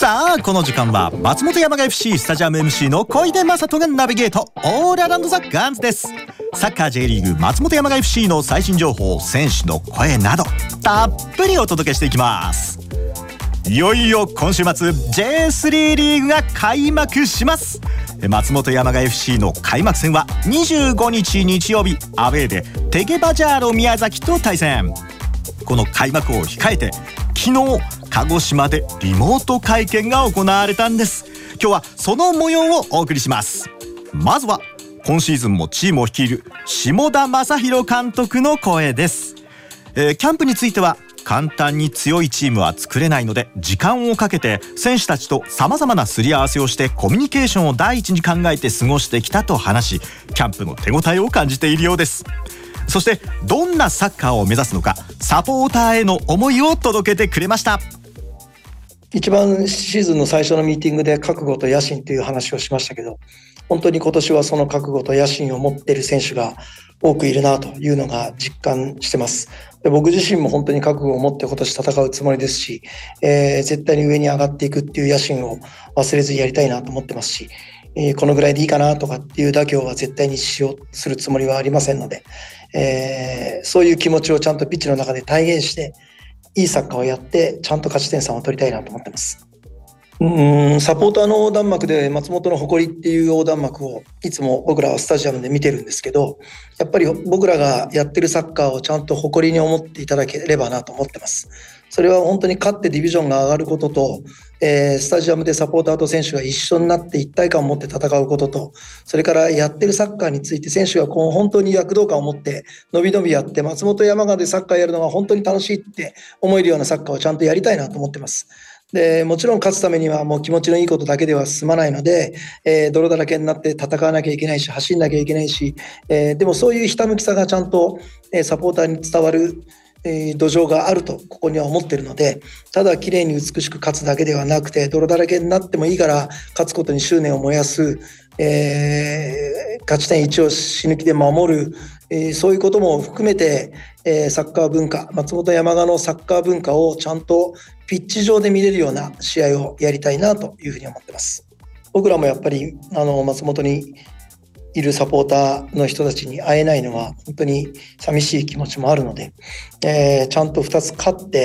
さあこの時間は松本山雅 FC スタジアム MC の小出正人がナビゲートオールアラウンドザガンズです。サッカー J リーグ松本山雅 FC の最新情報、選手の声などたっぷりお届けしていきます。いよいよ今週末 J3 リーグが開幕します。松本山雅 FC の開幕戦は25日日曜日、アウェーでテゲバジャーロ宮崎と対戦。この開幕を控えて昨日鹿児島でリモート会見が行われたんです。今日はその模様をお送りします。まずは今シーズンもチームを率いる下田正宏監督の声です。キャンプについては簡単に強いチームは作れないので、時間をかけて選手たちと様々なすり合わせをしてコミュニケーションを第一に考えて過ごしてきたと話し、キャンプの手応えを感じているようです。そしてどんなサッカーを目指すのか、サポーターへの思いを届けてくれました。 一番シーズンの最初のミーティングで覚悟と野心という話をしましたけど、本当に今年はその覚悟と野心を持っている選手が多くいるなというのが実感してます。で、僕自身も本当に覚悟を持って今年戦うつもりですし、絶対に上に上がっていくっていう野心を忘れずにやりたいなと思ってますし、このぐらいでいいかなとかっていう妥協は絶対にするつもりはありませんので、そういう気持ちをちゃんとピッチの中で体現していいサッカーをやってちゃんと勝ち点3を取りたいなと思ってます。サポーターの横断幕で松本の誇りっていう横断幕をいつも僕らはスタジアムで見てるんですけど、やっぱり僕らがやってるサッカーをちゃんと誇りに思っていただければなと思ってます。それは本当に勝ってディビジョンが上がることと、スタジアムでサポーターと選手が一緒になって一体感を持って戦うことと、それからやってるサッカーについて選手が本当に躍動感を持ってのびのびやって、松本山雅でサッカーやるのが本当に楽しいって思えるようなサッカーをちゃんとやりたいなと思ってます。で、もちろん勝つためにはもう気持ちのいいことだけでは済まないので、泥だらけになって戦わなきゃいけないし、走んなきゃいけないし、でもそういうひたむきさがちゃんと、サポーターに伝わる土壌があるとここには思ってるので、ただ綺麗に美しく勝つだけではなくて、泥だらけになってもいいから勝つことに執念を燃やす、勝ち点1を死ぬ気で守る、そういうことも含めて、サッカー文化、松本山雅のサッカー文化をちゃんとピッチ上で見れるような試合をやりたいなというふうに思ってます。僕らもやっぱり松本にいるサポーターの人たちに会えないのは本当に寂しい気持ちもあるので、ちゃんと2つ勝って、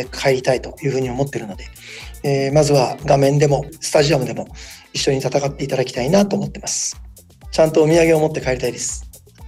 帰りたいというふうに思っているので、まずは画面でもスタジアムでも一緒に戦っていただきたいなと思ってます。ちゃんとお土産を持って帰りたいです。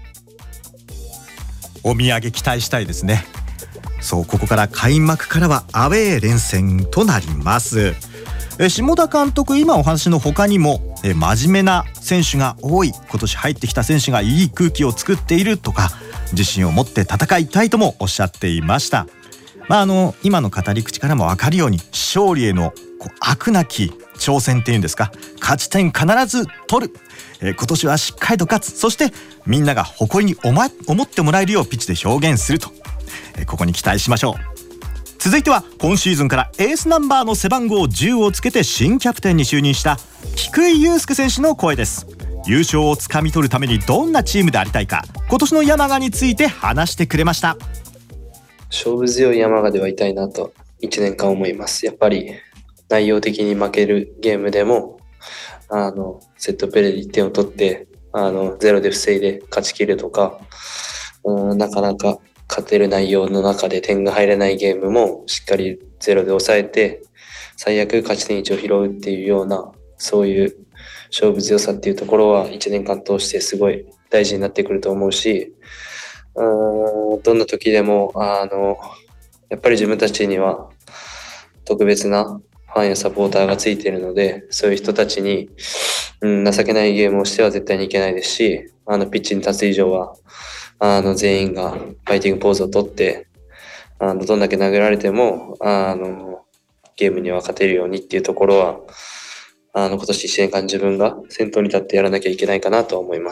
お土産期待したいですね。そう、ここから開幕からはアウェー連戦となります。下田監督、今お話の他にも真面目な選手が多い、今年入ってきた選手がいい空気を作っているとか、自信を持って戦いたいともおっしゃっていました。今の語り口からも分かるように、勝利への飽くなき挑戦っていうんですか、勝ち点必ず取る、今年はしっかりと勝つ、そしてみんなが誇りに思ってもらえるようピッチで表現すると、ここに期待しましょう。続いては今シーズンからエースナンバーの背番号10をつけて新キャプテンに就任した菊井祐介選手の声です。優勝をつかみ取るためにどんなチームでありたいか、今年の山雅について話してくれました。 勝負強い山雅ではいたいなと1年間思います。やっぱり内容的に負けるゲームでもセットプレーで1点を取ってゼロで防いで勝ち切るとか、なかなか勝てる内容の中で点が入れないゲームもしっかりゼロで抑えて、最悪勝ち点1を拾うっていうような、そういう勝負強さっていうところは1年間通してすごい大事になってくると思うし、どんな時でもやっぱり自分たちには特別なファンやサポーターがついているので、そういう人たちに、情けないゲームをしては絶対にいけないですし、ピッチに立つ以上は全員がファイティングポーズをとって、どんだけ殴られてもゲームには勝てるようにっていうところは今年1年間自分が先頭に立ってやらなきゃいけないかなと思います。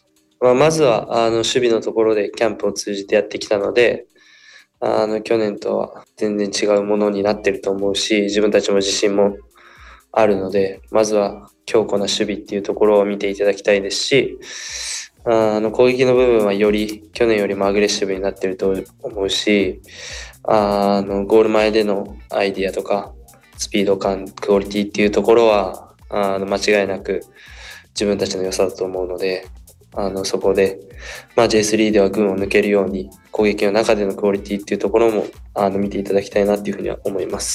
まずは守備のところでキャンプを通じてやってきたので、去年とは全然違うものになってると思うし、自分たちも自信もあるので、まずは強固な守備っていうところを見ていただきたいですし、攻撃の部分はより去年よりもアグレッシブになってると思うし、ゴール前でのアイディアとかスピード感、クオリティっていうところは間違いなく自分たちの良さだと思うので、そこで、J3 では群を抜けるように攻撃の中でのクオリティっていうところも見ていただきたいなっていうふうには思います。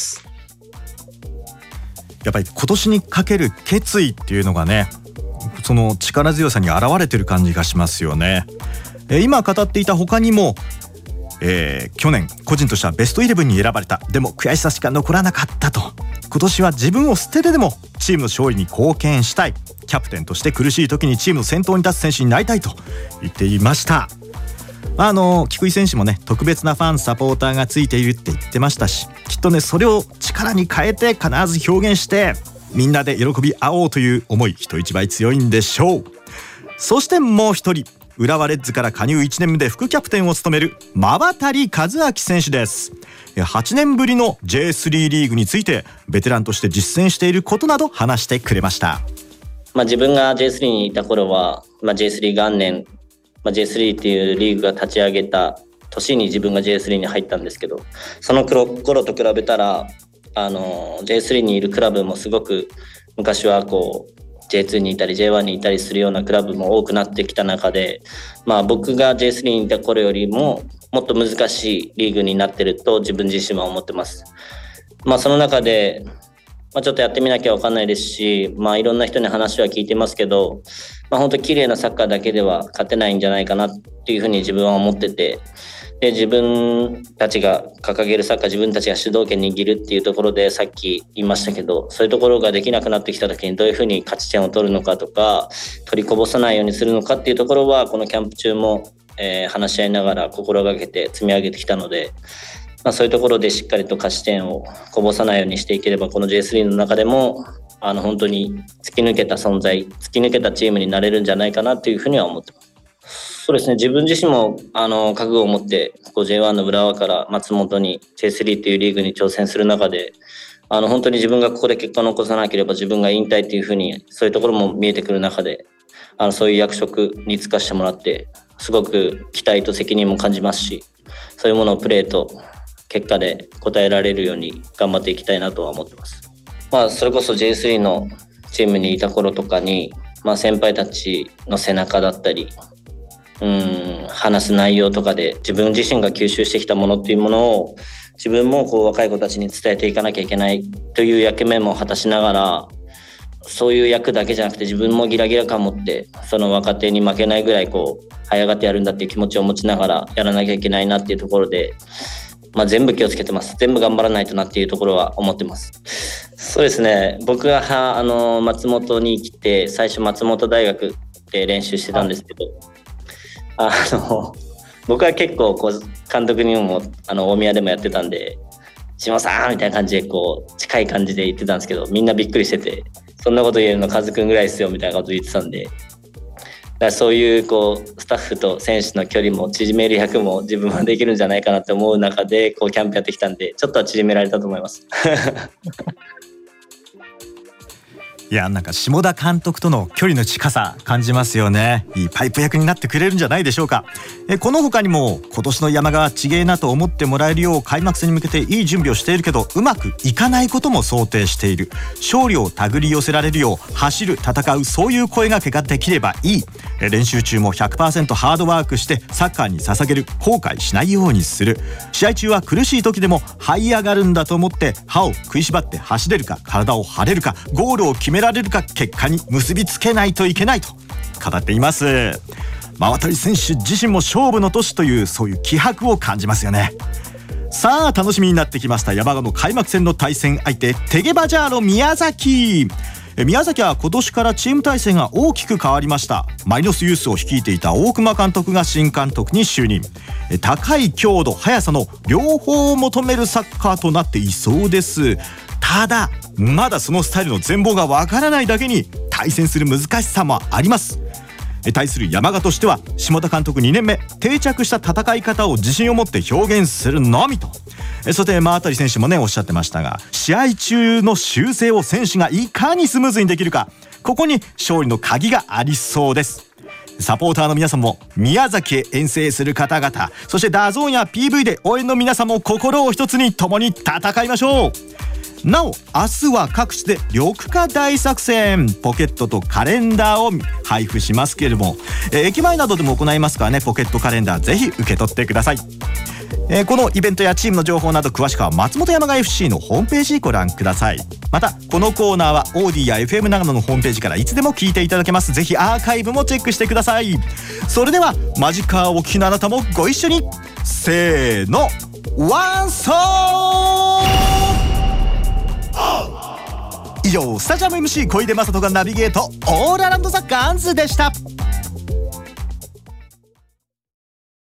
やっぱり今年にかける決意っていうのがね、その力強さに現れてる感じがしますよね。今語っていた他にも、去年個人としてはベストイレブンに選ばれた、でも悔しさしか残らなかったと、今年は自分を捨ててでもチームの勝利に貢献したい、キャプテンとして苦しい時にチームの先頭に立つ選手になりたいと言っていました。菊井選手もね、特別なファンサポーターがついているって言ってましたし、きっとねそれを力に変えて必ず表現してみんなで喜び合おうという思い、人一倍強いんでしょう。そしてもう一人、浦和レッズから加入1年目で副キャプテンを務める馬渡和明選手です。8年ぶりの J3 リーグについてベテランとして実践していることなど話してくれました。 自分が J3 にいた頃は、J3 元年、J3 っていうリーグが立ち上げた年に自分が J3 に入ったんですけど、その頃と比べたらJ3 にいるクラブもすごく昔はJ2 にいたり J1 にいたりするようなクラブも多くなってきた中で、僕が J3 にいた頃よりももっと難しいリーグになってると自分自身は思ってます。その中で、ちょっとやってみなきゃ分かんないですし、いろんな人に話は聞いてますけど、本当綺麗なサッカーだけでは勝てないんじゃないかなっていうふうに自分は思ってて、で自分たちが掲げるサッカー、自分たちが主導権握るっていうところで、さっき言いましたけど、そういうところができなくなってきた時にどういうふうに勝ち点を取るのかとか、取りこぼさないようにするのかっていうところはこのキャンプ中も、話し合いながら心がけて積み上げてきたので、そういうところでしっかりと勝ち点をこぼさないようにしていければ、この J3 の中でも本当に突き抜けた存在、突き抜けたチームになれるんじゃないかなというふうには思ってます。そうですね、自分自身も覚悟を持ってJ1 の浦和から松本に J3 というリーグに挑戦する中で、本当に自分がここで結果を残さなければ自分が引退というふうに、そういうところも見えてくる中で、そういう役職に就かせてもらってすごく期待と責任も感じますし、そういうものをプレーと結果で応えられるように頑張っていきたいなとは思ってます。それこそ J3 のチームにいた頃とかに、先輩たちの背中だったり、話す内容とかで自分自身が吸収してきたものっていうものを自分も若い子たちに伝えていかなきゃいけないという役目も果たしながら、そういう役だけじゃなくて自分もギラギラ感を持ってその若手に負けないぐらい這い上がってやるんだっていう気持ちを持ちながらやらなきゃいけないなっていうところで、全部気をつけてます。全部頑張らないとなっていうところは思ってます。そうですね、僕が松本に来て最初松本大学で練習してたんですけど、僕は結構監督にも大宮でもやってたんで、島さんみたいな感じで近い感じで言ってたんですけど、みんなびっくりしてて、そんなこと言えるのカズくんぐらいですよみたいなこと言ってたんで、だからそういうスタッフと選手の距離も縮める役も自分はできるんじゃないかなって思う中でキャンプやってきたんで、ちょっとは縮められたと思いますいや、なんか下田監督との距離の近さ感じますよね。いいパイプ役になってくれるんじゃないでしょうか。この他にも今年の山がちげえなと思ってもらえるよう開幕戦に向けていい準備をしているけど、うまくいかないことも想定している。勝利を手繰り寄せられるよう走る、戦う、そういう声がけができればいい。練習中も 100% ハードワークしてサッカーに捧げる、後悔しないようにする。試合中は苦しい時でも這い上がるんだと思って歯を食いしばって走れるか、体を張れるか、ゴールを決められるか、結果に結びつけないといけないと語っています。馬渡選手自身も勝負の年という、そういう気迫を感じますよね。さあ楽しみになってきました。山鹿の開幕戦の対戦相手、テゲバジャーロ宮崎。宮崎は今年からチーム体制が大きく変わりました。マリノスユースを率いていた大熊監督が新監督に就任。高い強度、速さの両方を求めるサッカーとなっていそうです。ただまだそのスタイルの全貌がわからないだけに対戦する難しさもあります。対する山鹿としては下田監督2年目、定着した戦い方を自信を持って表現するのみと。そして馬渡選手もねおっしゃってましたが、試合中の修正を選手がいかにスムーズにできるか、ここに勝利の鍵がありそうです。サポーターの皆さんも宮崎へ遠征する方々、そしてダゾーンや PV で応援の皆さんも心を一つに共に戦いましょう。 なお明日は各地で緑化大作戦、ポケットとカレンダーを配布しますけれども、駅前などでも行いますからね、ポケットカレンダーぜひ受け取ってください。このイベントやチームの情報など詳しくは松本山雅 FC のホームページご覧ください。またこのコーナーはオーディや FM 長野のホームページからいつでも聞いていただけます。ぜひアーカイブもチェックしてください。それではマジカーを聴きのあなたもご一緒に、せーの、ワンソー。以上スタジアム MC 小出正人がナビゲートオールアラウンドザガンズでした。